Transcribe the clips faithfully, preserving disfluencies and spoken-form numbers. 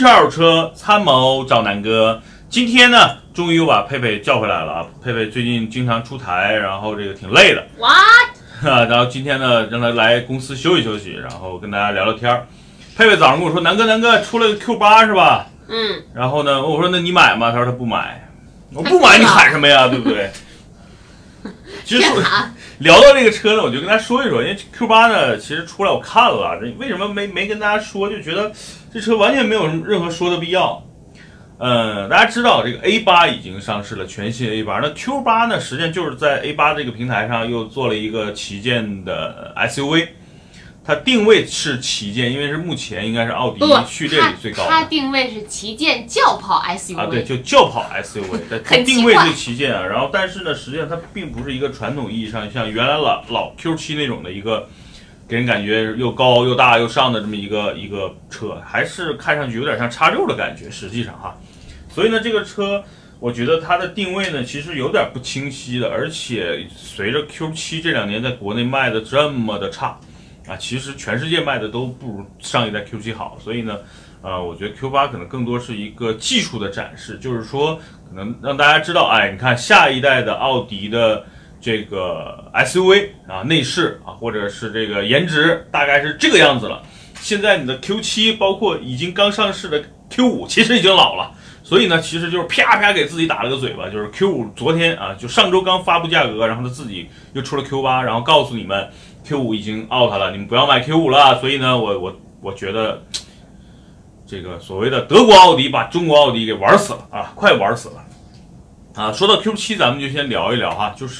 车二手车参谋找南哥。今天呢，终于又把佩佩叫回来了啊！佩佩最近经常出台，然后这个挺累的。 What？ 啊，然后今天呢，让他来公司休息休息，然后跟大家聊聊天儿。佩佩早上跟我说，南哥南哥出了个 Q 八是吧？ 嗯。 然后呢，我说那你买吗？他说他不买。我不买你喊什么呀？对不对？其实聊到这个车呢，我就跟大家说一说，因为 Q 八呢，其实出来我看了，这为什么没没跟大家说？就觉得这车完全没有什么任何说的必要。呃，大家知道这个 A 八已经上市了，全新 A 八。那 Q 八呢，实际上就是在 A 八这个平台上又做了一个旗舰的 S U V。它定位是旗舰，因为是目前应该是奥迪序列里最高的。 它定位是旗舰轿跑 S U V 啊，对，就轿跑 S U V， 它定位最旗舰啊。然后，但是呢，实际上它并不是一个传统意义上像原来老老 Q 七那种的一个给人感觉又高又大又上的这么一个一个车，还是看上去有点像 X 六的感觉。实际上哈，所以呢，这个车我觉得它的定位呢其实有点不清晰的，而且随着 Q 七这两年在国内卖的这么的差。啊，其实全世界卖的都不如上一代 Q 七好，所以呢，呃，我觉得 Q 八可能更多是一个技术的展示，就是说可能让大家知道，哎，你看下一代的奥迪的这个 S U V 啊，内饰啊，或者是这个颜值大概是这个样子了。现在你的 Q 七，包括已经刚上市的 Q 五，其实已经老了，所以呢，其实就是啪啪给自己打了个嘴巴，就是 Q 五昨天啊，就上周刚发布价格，然后他自己又出了 Q 八，然后告诉你们。Q 五已经 out 了，你们不要买 Q 五了。所以呢，我我我觉得这个所谓的德国奥迪把中国奥迪给玩死了啊，快玩死了啊！说到 Q 七，咱们就先聊一聊哈，就是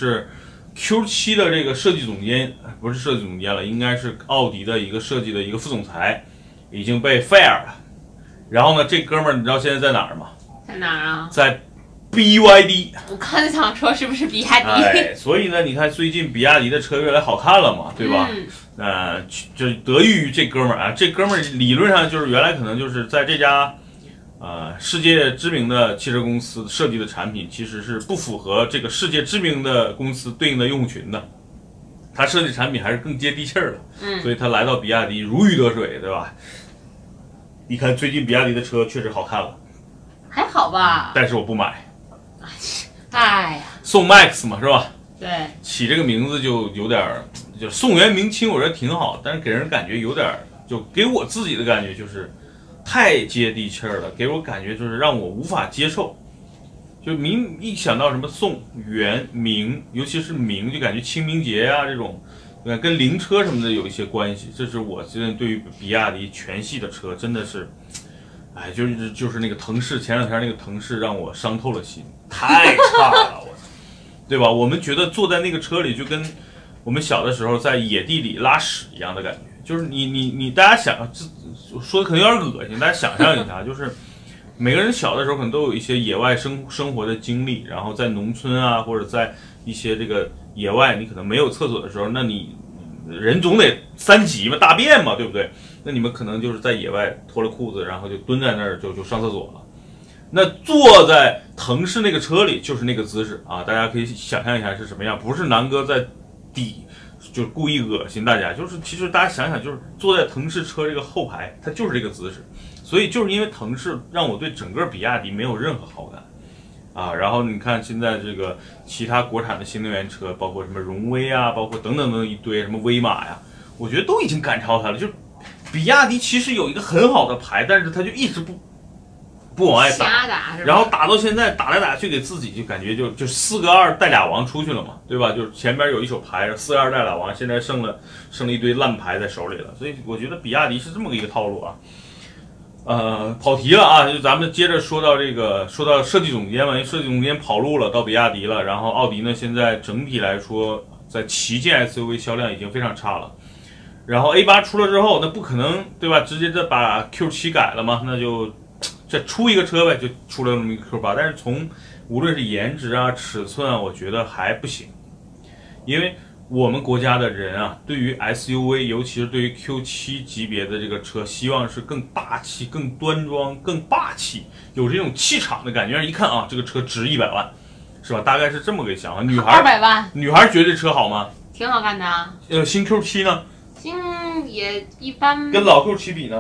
Q 七的这个设计总监不是设计总监了，应该是奥迪的一个设计的一个副总裁已经被 fire 了。然后呢，这哥们儿你知道现在在哪儿吗？ 在哪儿啊？ 在 B Y D， 我刚才想说是不是比亚迪？ 哎，所以呢，你看最近比亚迪的车越来越好看了嘛，对吧？ 嗯。 呃，就得益于这哥们儿啊，这哥们儿理论上就是原来可能就是在这家呃世界知名的汽车公司设计的产品，其实是不符合这个世界知名的公司对应的用户群的。他设计产品还是更接地气儿的， 嗯，所以他来到比亚迪如鱼得水，对吧？你看最近比亚迪的车确实好看了， 还好吧？ 但是我不买。 哎呀， 宋 Max 嘛，是吧？ 对， 起这个名字就有点，就宋元明清，我觉得挺好，但是给人感觉有点，就给我自己的感觉就是太接地气儿了，给我感觉就是让我无法接受。就明一想到什么宋元明，尤其是明，就感觉清明节啊这种，跟灵车什么的有一些关系。这是我现在对于比亚迪全系的车真的是。哎，就是就是那个腾势，前两天那个腾势让我伤透了心，太差了，我操，对吧？我们觉得坐在那个车里就跟我们小的时候在野地里拉屎一样的感觉，就是你你你，大家想，这说的可能有点恶心，大家想象一下，就是每个人小的时候可能都有一些野外生生活的经历，然后在农村啊，或者在一些这个野外，你可能没有厕所的时候，那你人总得三急嘛，大便嘛，对不对？那你们可能就是在野外脱了裤子，然后就蹲在那儿就就上厕所了。那坐在腾势那个车里就是那个姿势啊，大家可以想象一下是什么样。不是南哥在底，就是故意恶心大家，就是其实大家想想，就是坐在腾势车这个后排，它就是这个姿势。所以就是因为腾势让我对整个比亚迪没有任何好感啊。然后你看现在这个其他国产的新能源车，包括什么荣威啊，包括等等等一堆什么威马呀，我觉得都已经赶超它了，就。比亚迪其实有一个很好的牌，但是他就一直不不往外打， 打然后打到现在打来打去，给自己就感觉就就四个二带俩王出去了嘛，对吧？就是前边有一手牌，四个二带俩王，现在剩了剩了一堆烂牌在手里了，所以我觉得比亚迪是这么个一个套路啊。呃，跑题了啊，就咱们接着说到这个，说到设计总监嘛，因为设计总监跑路了，到比亚迪了，然后奥迪呢，现在整体来说，在旗舰 S U V 销量已经非常差了。然后 A 八出了之后，那不可能对吧？直接再把 Q 七改了嘛？那就再出一个车呗，就出了那么一个 Q 八。但是从无论是颜值啊、尺寸啊，我觉得还不行，因为我们国家的人啊，对于 S U V， 尤其是对于 Q 七级别的这个车，希望是更大气、更端庄、更霸气，有这种气场的感觉。一看啊，这个车值一百万，是吧？大概是这么个想法。女孩二百万， 女孩觉得这车好吗？ 挺好看的啊。 呃，新 Q 七呢？ 新也一般， 跟老 Q 七比呢？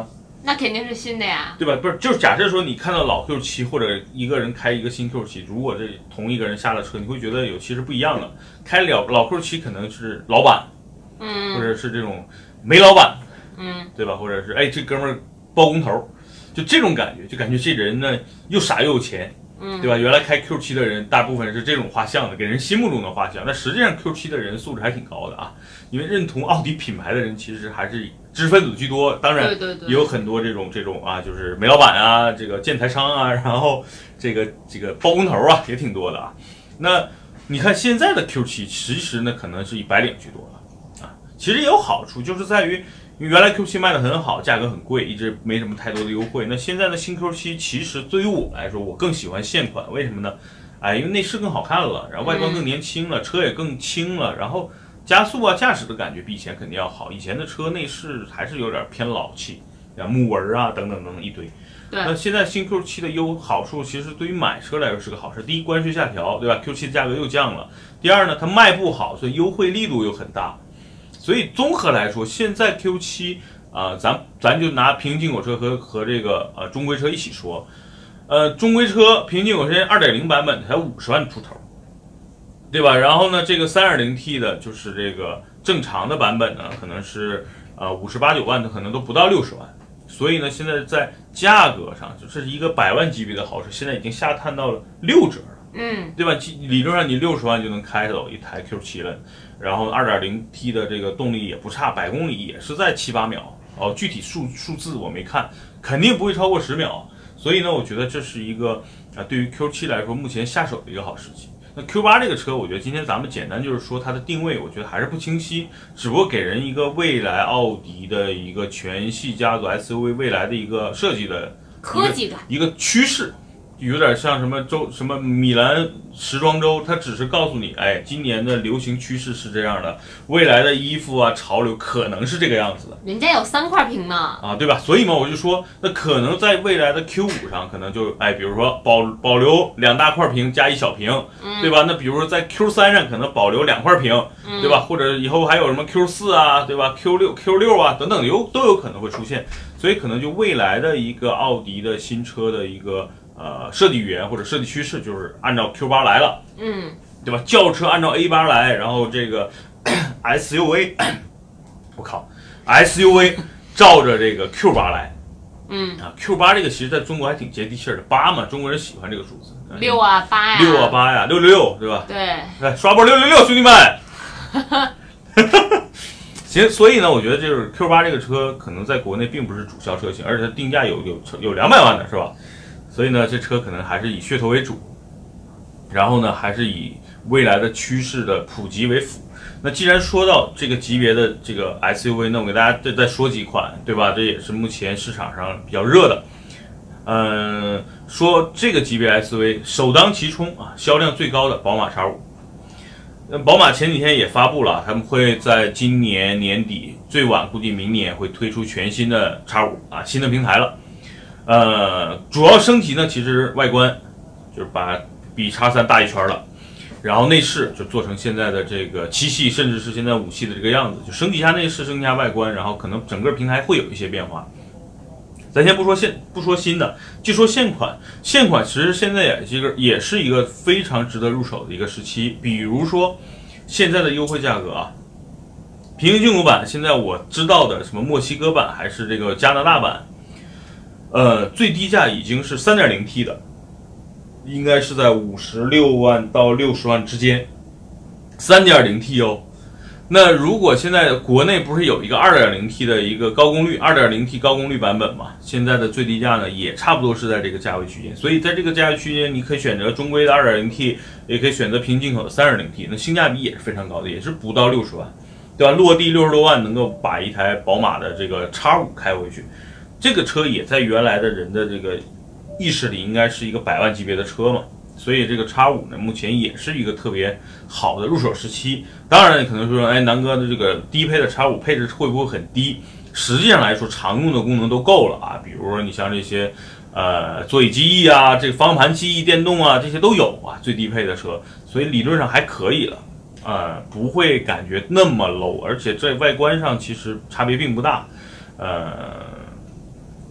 那肯定是新的呀， 对吧？不是，就是假设说你看到老 Q 七或者一个人开一个新 Q 七，如果这同一个人下了车，你会觉得有其实不一样的。开了老 Q 七可能是老板， 嗯， 或者是这种煤老板， 嗯， 对吧？或者是哎这哥们儿包工头，就这种感觉，就感觉这人呢又傻又有钱。 嗯， 对吧？原来开 Q 七的人大部分是这种画像的，给人心目中的画像。但实际上 Q 七的人素质还挺高的啊，因为认同奥迪品牌的人其实还是知识分子居多。当然，也有很多这种这种啊，就是煤老板啊，这个建材商啊，然后这个这个包工头啊，也挺多的啊。那你看现在的 Q 七，其实呢可能是以白领居多了啊。其实也有好处，就是在于。因为原来 Q 七卖的很好，价格很贵，一直没什么太多的优惠。那现在的新 Q 七，其实对于我来说，我更喜欢现款，为什么呢？哎，因为内饰更好看了，然后外观更年轻了，车也更轻了，然后加速啊、驾驶的感觉比以前肯定要好。以前的车内饰还是有点偏老气，啊，木纹啊等等等等一堆。那现在新 Q 七的优好处，其实对于买车来说是个好事。第一，关税下调，对吧 ？Q 七的价格又降了。第二呢，它卖不好，所以优惠力度又很大。所以综合来说，现在 Q 七啊、呃，咱咱就拿平行进口车和和这个呃中规车一起说，呃，中规车平行进口车 二点零 版本才五十万出头，对吧？然后呢，这个 三点零 T 的就是这个正常的版本呢，可能是呃五十八九万的，可能都不到六十万。所以呢，现在在价格上，就是一个百万级别的豪车，现在已经下探到了六折了。 嗯， 对吧？理论上你六十万就能开走一台 Q 七了，然后 二点零 T 的这个动力也不差，百公里也是在七八秒哦，具体数数字我没看，肯定不会超过十秒。所以呢，我觉得这是一个啊，对于 Q 七来说目前下手的一个好时机。那 Q 八这个车，我觉得今天咱们简单就是说它的定位，我觉得还是不清晰，只不过给人一个未来奥迪的一个全系家族 S U V 未来的一个设计的科技感， 一个趋势。有点像什么周什么米兰时装周，它只是告诉你，哎，今年的流行趋势是这样的，未来的衣服啊潮流可能是这个样子的。 人家有三块屏呢， 啊，对吧？所以嘛，我就说，那可能在未来的 Q 五上，可能就哎，比如说保保留两大块屏加一小屏， 嗯、 对吧？那比如说在 Q 三上可能保留两块屏， 嗯、 对吧？或者以后还有什么 Q 四啊，对吧 ？Q 六、Q 六啊等等，有都有可能会出现。所以可能就未来的一个奥迪的新车的一个。呃，设计语言或者设计趋势就是按照 Q 八来了， 嗯， 对吧？轿车按照 A 八来，然后这个 S U V， 我靠 ，S U V 照着这个 Q 八来， 嗯啊 ，Q 八这个其实在中国还挺接地气的，八嘛，中国人喜欢这个数字， 六啊八呀， 六啊八呀，六六六，对吧？ 对， 来刷波六六六，兄弟们。行，所以呢，我觉得就是 Q 八这个车可能在国内并不是主销车型，而且它定价有有有两百万的是吧？所以呢，这车可能还是以噱头为主，然后呢，还是以未来的趋势的普及为辅。那既然说到这个级别的这个 S U V， 那我给大家再再说几款，对吧？这也是目前市场上比较热的。嗯，说这个级别 S U V 首当其冲啊，销量最高的宝马 X 五。那宝马前几天也发布了，他们会在今年年底，最晚估计明年会推出全新的 X 五啊，新的平台了。呃，主要升级呢，其实外观就是把比 X 三大一圈了，然后内饰就做成现在的这个七系，甚至是现在五系的这个样子，就升级一下内饰，升级一下外观，然后可能整个平台会有一些变化。咱先不说现不说新的，就说现款，现款其实现在也是一个也是一个非常值得入手的一个时期。比如说现在的优惠价格啊，平行进口版现在我知道的什么墨西哥版还是这个加拿大版。呃，最低价已经是 三点零 T 的，应该是在五十六万到六十万之间 ，三点零 T 哦。那如果现在国内不是有一个 二点零 T 的一个高功率 二点零 T 高功率版本嘛？现在的最低价呢也差不多是在这个价位区间，所以在这个价位区间，你可以选择中规的 二点零 T， 也可以选择平行进口的 三点零 T， 那性价比也是非常高的，也是不到六十万，对吧？落地六十多万能够把一台宝马的这个 X 五开回去。这个车也在原来的人的这个意识里应该是一个百万级别的车嘛，所以这个 X 五呢，目前也是一个特别好的入手时期。当然，你可能说，哎，南哥的这个低配的 X 五配置会不会很低？实际上来说，常用的功能都够了啊，比如说你像这些呃座椅记忆啊，这个方向盘记忆、电动啊，这些都有啊，最低配的车，所以理论上还可以了。呃，不会感觉那么 low， 而且在外观上其实差别并不大，呃。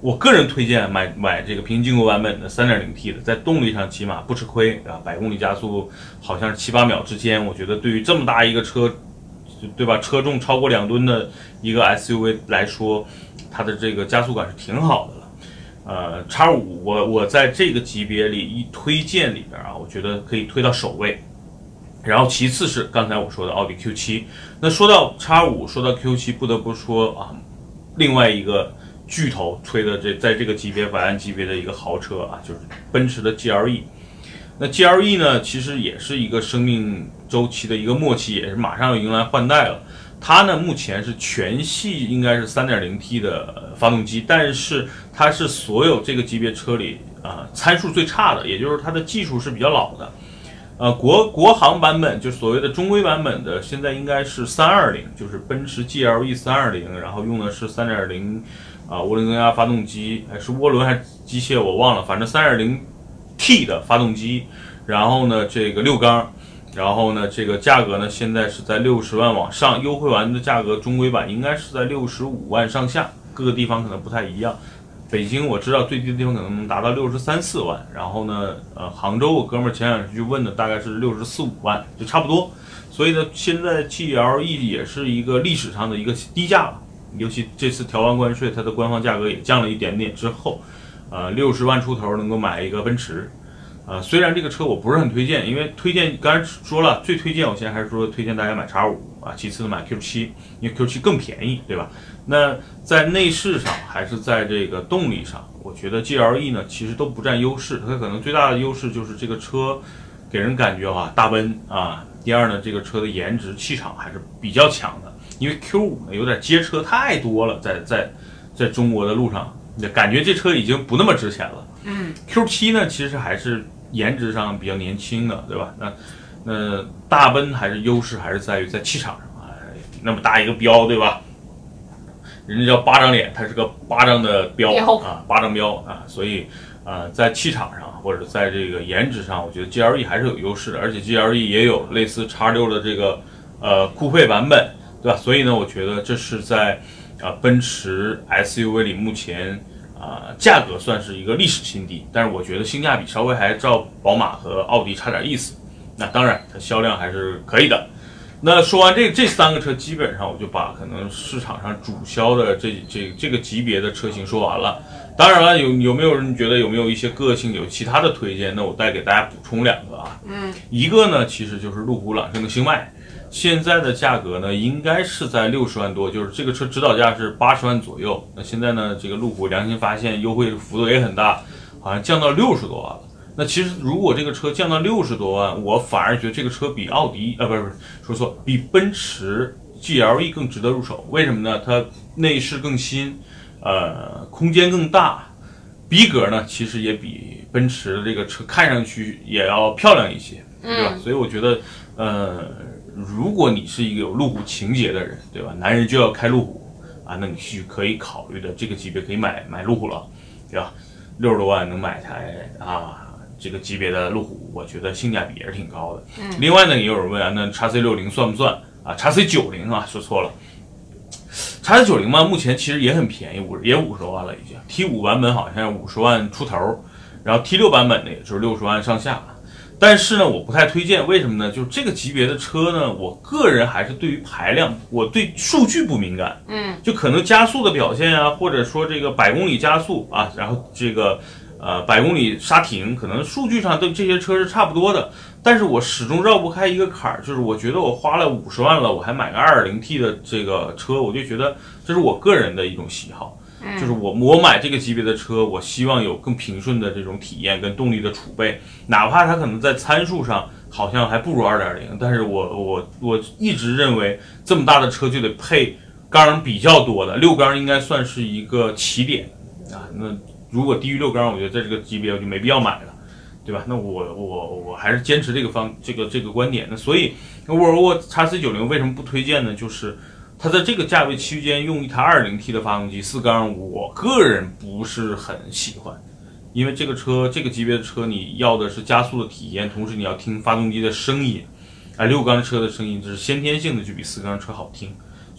我个人推荐买买这个平行进口版本的 三点零 T 的，在动力上起码不吃亏啊，百公里加速好像是七八秒之间，我觉得对于这么大一个车，对吧？车重超过两吨的一个 S U V 来说，它的这个加速感是挺好的了。呃 ，X 五我我在这个级别里一推荐里边啊，我觉得可以推到首位。然后其次是刚才我说的奥迪 Q 七。那说到 X 五，说到 Q 七，不得不说啊，另外一个巨头吹的这在这个级别百万级别的一个豪车啊，就是奔驰的 G L E。那 G L E 呢，其实也是一个生命周期的一个末期，也是马上要迎来换代了。它呢，目前是全系应该是 三点零 T 的发动机，但是它是所有这个级别车里啊、呃、参数最差的，也就是它的技术是比较老的。呃，国国行版本就所谓的中规版本的，现在应该是三二零，就是奔驰 G L E 三二零，然后用的是 三点零 啊涡轮增压发动机，还是涡轮还是机械我忘了，反正 三点零 T 的发动机，然后呢这个六缸，然后呢这个价格呢现在是在六十万往上，优惠完的价格中规版应该是在六十五万上下，各个地方可能不太一样。北京我知道最低的地方可能能达到六十三四万，然后呢，呃，杭州我哥们儿前两天去问的大概是六十四五万，就差不多。所以呢，现在 G L E 也是一个历史上的一个低价了，尤其这次调完关税，它的官方价格也降了一点点之后，呃，六十万出头能够买一个奔驰。呃，虽然这个车我不是很推荐，因为推荐刚才说了，最推荐我现在还是说推荐大家买 X 五啊，其次买 Q 七，因为 Q 七更便宜，对吧？那在内饰上还是在这个动力上，我觉得 G L E 呢其实都不占优势，它可能最大的优势就是这个车给人感觉哈、啊、大奔啊。第二呢，这个车的颜值气场还是比较强的，因为 Q 五呢有点街车太多了，在在在中国的路上，感觉这车已经不那么值钱了。 嗯 ，Q 七呢其实还是颜值上比较年轻的，对吧？那那大奔还是优势还是在于在气场上啊，那么大一个标，对吧？人家叫巴掌脸，它是个巴掌的标啊，巴掌标啊，所以啊、呃，在气场上或者在这个颜值上，我觉得 G L E 还是有优势的，而且 G L E 也有类似 X 六的这个呃酷配版本，对吧？所以呢，我觉得这是在啊、呃、奔驰 S U V 里目前啊、呃、价格算是一个历史新低，但是我觉得性价比稍微还照宝马和奥迪差点意思。那当然，它销量还是可以的。那说完这这三个车，基本上我就把可能市场上主销的这这这个级别的车型说完了。当然了，有有没有人觉得有没有一些个性有其他的推荐？那我再给大家补充两个啊。 嗯， 一个呢，其实就是路虎朗胜的星脉，现在的价格呢应该是在六十万多，就是这个车指导价是八十万左右。那现在呢，这个路虎良心发现，优惠幅度也很大，好像降到六十多万了。那其实如果这个车降到六十多万，我反而觉得这个车比奥迪呃不是不是说错，比奔驰 G L E 更值得入手。为什么呢？它内饰更新，呃，空间更大，逼格呢其实也比奔驰的这个车看上去也要漂亮一些，对吧？ 嗯、 所以我觉得，呃，如果你是一个有路虎情节的人，对吧？男人就要开路虎啊，那你是可以考虑的，这个级别可以买买路虎了，对吧？六十多万能买台啊。这个级别的路虎，我觉得性价比也是挺高的。 嗯， 另外呢，也有人问啊，那 X C 六十算不算啊 ？X C 九十啊，说错了。X C 九十嘛，目前其实也很便宜，五也五十多万了已经。T 五版本好像五十万出头，然后 T 六版本呢，也就是六十万上下。但是呢，我不太推荐，为什么呢？就是这个级别的车呢，我个人还是对于排量，我对数据不敏感。 嗯， 就可能加速的表现啊，或者说这个百公里加速啊，然后这个。呃，百公里刹停，可能数据上对这些车是差不多的，但是我始终绕不开一个坎儿，就是我觉得我花了五十万了，我还买个 二点零 T 的这个车，我就觉得这是我个人的一种喜好， 嗯、 就是我我买这个级别的车，我希望有更平顺的这种体验跟动力的储备，哪怕它可能在参数上好像还不如 二点零，但是我我我一直认为这么大的车就得配缸比较多的，六缸应该算是一个起点啊，那。如果低于六缸，我觉得在这个级别我就没必要买了，对吧？那我我我还是坚持这个方这个这个观点。那所以沃尔沃 X C 九十 为什么不推荐呢？就是它在这个价位区间用一台 二点零 T 的发动机四缸，我个人不是很喜欢，因为这个车这个级别的车你要的是加速的体验，同时你要听发动机的声音，啊，六缸车的声音这是先天性的就比四缸车好听。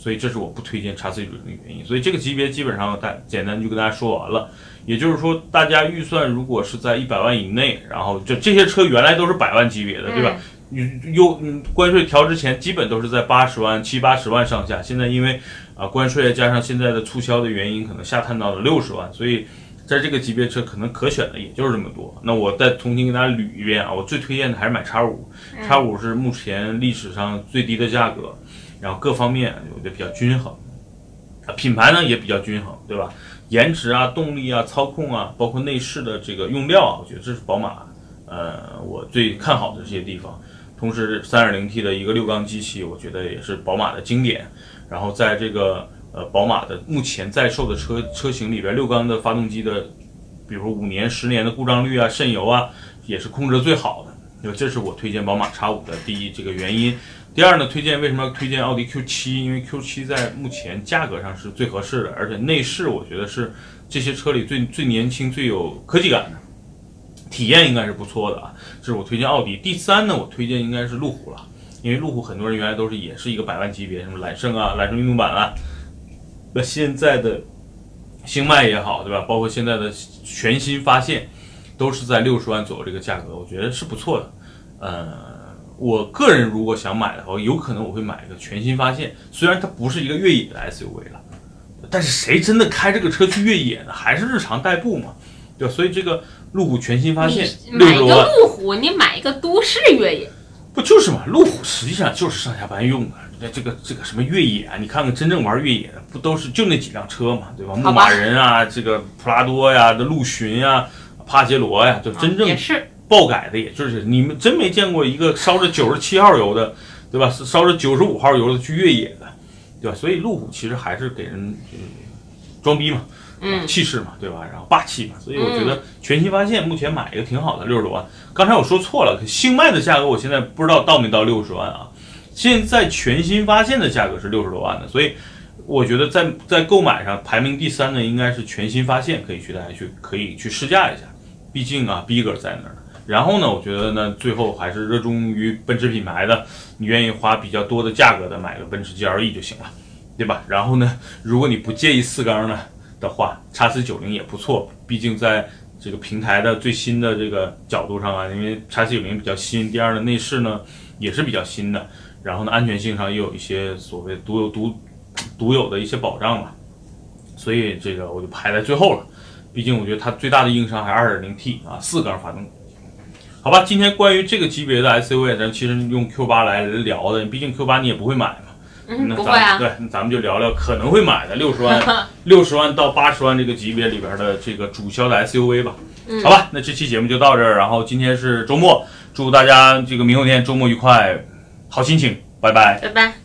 所以这是我不推荐 X C 九零的原因。所以这个级别基本上大简单就跟大家说完了。也就是说，大家预算如果是在一百万以内，然后这这些车原来都是百万级别的，对吧？又嗯，关税调之前基本都是在八十万、七八十万上下，现在因为啊关税加上现在的促销的原因，可能下探到了六十万，所以在这个级别车可能可选的也就是这么多。那我再重新跟大家捋一遍啊，我最推荐的还是买 X 五 ，X 五是目前历史上最低的价格，然后各方面我觉得比较均衡，啊品牌呢也比较均衡，对吧？颜值啊、动力啊、操控啊，包括内饰的这个用料啊，我觉得这是宝马呃我最看好的这些地方。同时 三点零 T 的一个六缸机器，我觉得也是宝马的经典。然后在这个呃宝马的目前在售的车车型里边，六缸的发动机的，比如五年、十年的故障率啊、渗油啊，也是控制的最好的。因为这是我推荐宝马 X 五 的第一这个原因。第二呢，推荐为什么要推荐奥迪 Q 七？ 因为 Q 七 在目前价格上是最合适的，而且内饰我觉得是这些车里最最年轻、最有科技感的。体验应该是不错的啊，这是我推荐奥迪。第三呢，我推荐应该是路虎了，因为路虎很多人原来都是也是一个百万级别，什么揽胜啊、揽胜运动版啊，那现在的星脉也好，对吧？包括现在的全新发现，都是在六十万左右这个价格，我觉得是不错的。呃，我个人如果想买的话，有可能我会买一个全新发现，虽然它不是一个越野的 S U V 了，但是谁真的开这个车去越野呢？还是日常代步嘛，对吧？所以这个路虎全新发现六十多万， 买一个路虎，你买一个都市越野， 不就是嘛？路虎实际上就是上下班用的，这个这个什么越野啊？你看看真正玩越野的，不都是就那几辆车嘛，对吧？牧马人啊，这个普拉多呀、的陆巡呀、帕杰罗呀，就真正也是爆改的，也就是你们真没见过一个烧着九十七号油的，对吧？烧着九十五号油的去越野的，对吧？所以路虎其实还是给人、呃、装逼嘛。 嗯， 气势嘛，对吧？然后霸气嘛，所以我觉得全新发现目前买一个挺好的，六十多万。刚才我说错了，星脉的价格我现在不知道到没到六十万啊。现在全新发现的价格是六十多万的，所以我觉得在在购买上排名第三的应该是全新发现，可以去大家去可以去试驾一下，毕竟啊逼格在那儿。然后呢，我觉得呢，最后还是热衷于奔驰品牌的，你愿意花比较多的价格的买个奔驰 G L E 就行了，对吧？然后呢，如果你不介意四缸呢的话 ，X C 九零 也不错，毕竟在这个平台的最新的这个角度上啊，因为 X C 九零 比较新，第二呢内饰呢也是比较新的，然后呢安全性上也有一些所谓独有独独有的一些保障吧，所以这个我就排在最后了。毕竟我觉得它最大的硬伤还是 二点零 T 啊，四缸发动机。好吧，今天关于这个级别的 S U V， 咱其实用 Q 八来聊的，毕竟 Q 八你也不会买嘛。 嗯， 那不会啊。 对，那咱们就聊聊可能会买的六十万、六十万到八十万这个级别里边的这个主销的 S U V 吧。 嗯， 好吧，那这期节目就到这儿。然后今天是周末，祝大家这个明后天周末愉快，好心情，拜拜， 拜拜。